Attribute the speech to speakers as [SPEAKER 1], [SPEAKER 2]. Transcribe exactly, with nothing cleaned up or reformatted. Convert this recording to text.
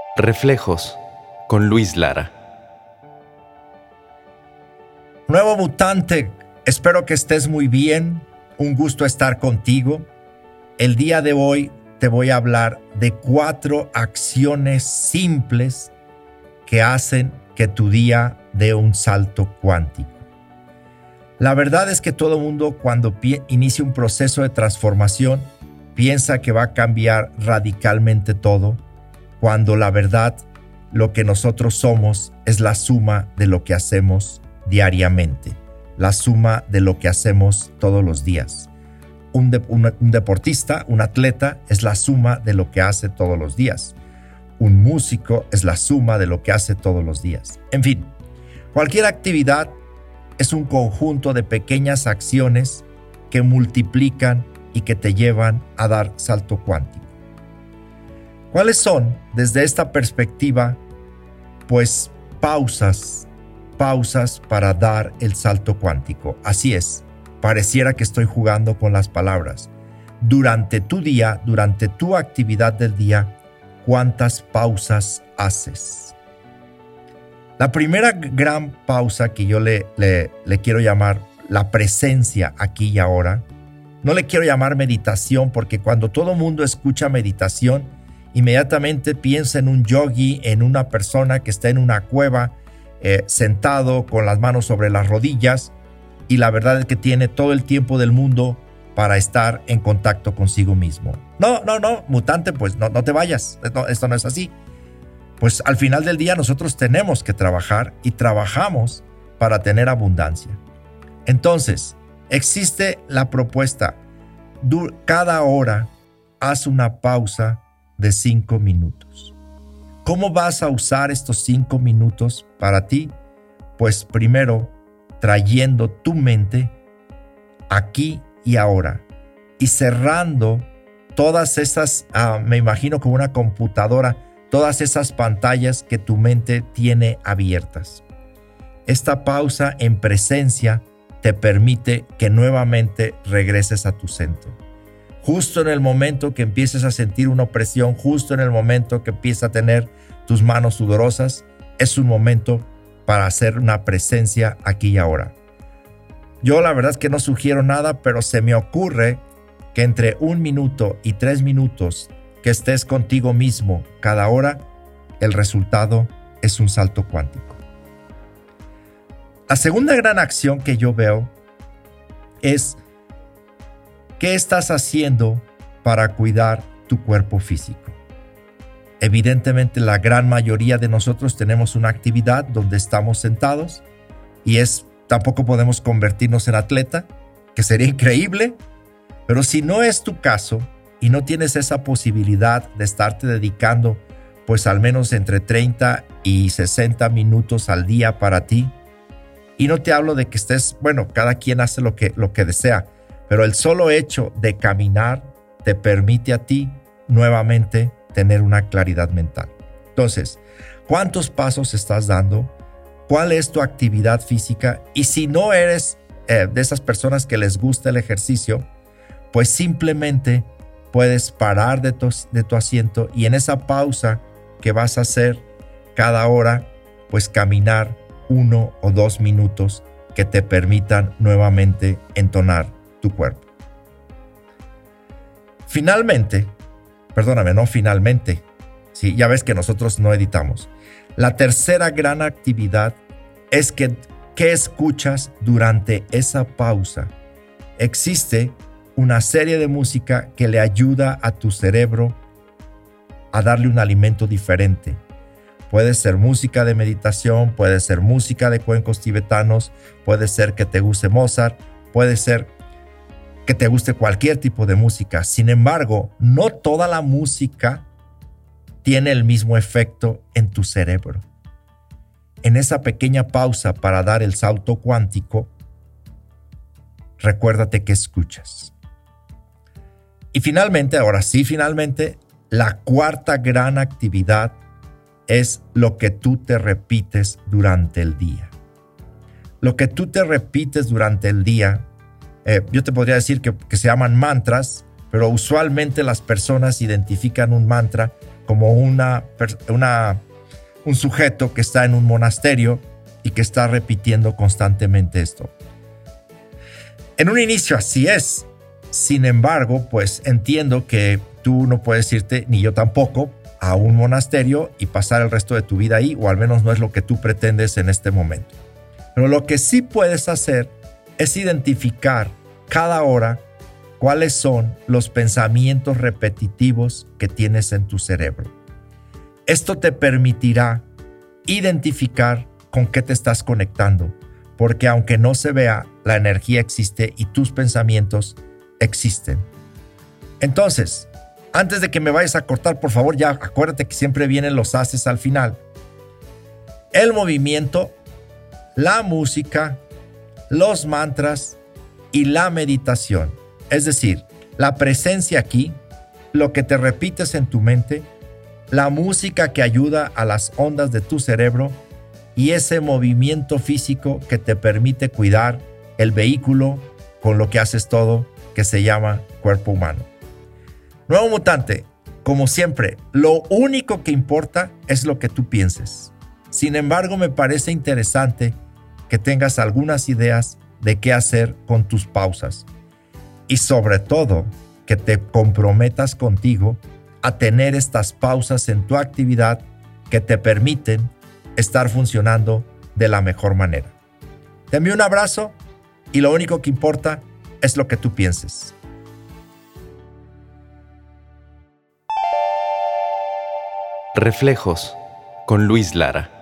[SPEAKER 1] Reflejos con Luis Lara.
[SPEAKER 2] Nuevo mutante, espero que estés muy bien. Un gusto estar contigo. El día de hoy te voy a hablar de cuatro acciones simples que hacen que tu día dé un salto cuántico. La verdad es que todo mundo cuando pi- inicia un proceso de transformación piensa que va a cambiar radicalmente todo, cuando la verdad, lo que nosotros somos es la suma de lo que hacemos diariamente, la suma de lo que hacemos todos los días. Un, de, un, un deportista, un atleta, es la suma de lo que hace todos los días. Un músico es la suma de lo que hace todos los días. En fin, cualquier actividad es un conjunto de pequeñas acciones que multiplican y que te llevan a dar salto cuántico. ¿Cuáles son, desde esta perspectiva, pues pausas, pausas para dar el salto cuántico? Así es, pareciera que estoy jugando con las palabras. Durante tu día, durante tu actividad del día, ¿cuántas pausas haces? La primera gran pausa que yo le, le, le quiero llamar la presencia aquí y ahora, no le quiero llamar meditación porque cuando todo mundo escucha meditación, inmediatamente piensa en un yogi, en una persona que está en una cueva, eh, sentado con las manos sobre las rodillas, y la verdad es que tiene todo el tiempo del mundo para estar en contacto consigo mismo. No, no, no, mutante, pues no, no te vayas, no, esto no es así. Pues al final del día nosotros tenemos que trabajar y trabajamos para tener abundancia. Entonces, existe la propuesta, cada hora haz una pausa de cinco minutos. ¿Cómo vas a usar estos cinco minutos para ti? Pues primero, trayendo tu mente aquí y ahora y cerrando todas esas, uh, me imagino como una computadora, todas esas pantallas que tu mente tiene abiertas. Esta pausa en presencia te permite que nuevamente regreses a tu centro. Justo en el momento que empieces a sentir una opresión, justo en el momento que empiezas a tener tus manos sudorosas, es un momento para hacer una presencia aquí y ahora. Yo la verdad es que no sugiero nada, pero se me ocurre que entre un minuto y tres minutos que estés contigo mismo cada hora, el resultado es un salto cuántico. La segunda gran acción que yo veo es ¿qué estás haciendo para cuidar tu cuerpo físico? Evidentemente, la gran mayoría de nosotros tenemos una actividad donde estamos sentados y es, tampoco podemos convertirnos en atleta, que sería increíble, pero si no es tu caso y no tienes esa posibilidad de estarte dedicando pues al menos entre treinta y sesenta minutos al día para ti, y no te hablo de que estés, bueno, cada quien hace lo que, lo que desea, pero el solo hecho de caminar te permite a ti nuevamente tener una claridad mental. Entonces, ¿cuántos pasos estás dando? ¿Cuál es tu actividad física? Y si no eres eh, de esas personas que les gusta el ejercicio, pues simplemente puedes parar de tu, de tu asiento y en esa pausa que vas a hacer cada hora, pues caminar uno o dos minutos que te permitan nuevamente entonar tu cuerpo. Finalmente, perdóname, no finalmente, sí, ya ves que nosotros no editamos. La tercera gran actividad es que, ¿qué escuchas durante esa pausa? Existe una serie de música que le ayuda a tu cerebro a darle un alimento diferente. Puede ser música de meditación, puede ser música de cuencos tibetanos, puede ser que te guste Mozart, puede ser que te guste cualquier tipo de música. Sin embargo, no toda la música tiene el mismo efecto en tu cerebro. En esa pequeña pausa para dar el salto cuántico, recuérdate que escuchas. Y finalmente, ahora sí, finalmente, la cuarta gran actividad es lo que tú te repites durante el día. Lo que tú te repites durante el día, eh, yo te podría decir que, que se llaman mantras, pero usualmente las personas identifican un mantra como una, una, un sujeto que está en un monasterio y que está repitiendo constantemente esto. En un inicio así es. Sin embargo, pues entiendo que tú no puedes irte, ni yo tampoco, a un monasterio y pasar el resto de tu vida ahí, o al menos no es lo que tú pretendes en este momento. Pero lo que sí puedes hacer es identificar cada hora cuáles son los pensamientos repetitivos que tienes en tu cerebro. Esto te permitirá identificar con qué te estás conectando, porque aunque no se vea, la energía existe y tus pensamientos existen. Entonces, antes de que me vayas a cortar, por favor, ya acuérdate que siempre vienen los haces al final. El movimiento, la música, los mantras y la meditación. Es decir, la presencia aquí, lo que te repites en tu mente, la música que ayuda a las ondas de tu cerebro y ese movimiento físico que te permite cuidar el vehículo con lo que haces todo, que se llama cuerpo humano. Nuevo mutante, como siempre, lo único que importa es lo que tú pienses. Sin embargo, me parece interesante que tengas algunas ideas de qué hacer con tus pausas. Y sobre todo, que te comprometas contigo a tener estas pausas en tu actividad que te permiten estar funcionando de la mejor manera. Te envío un abrazo y lo único que importa es lo que tú pienses.
[SPEAKER 1] Reflejos con Luis Lara.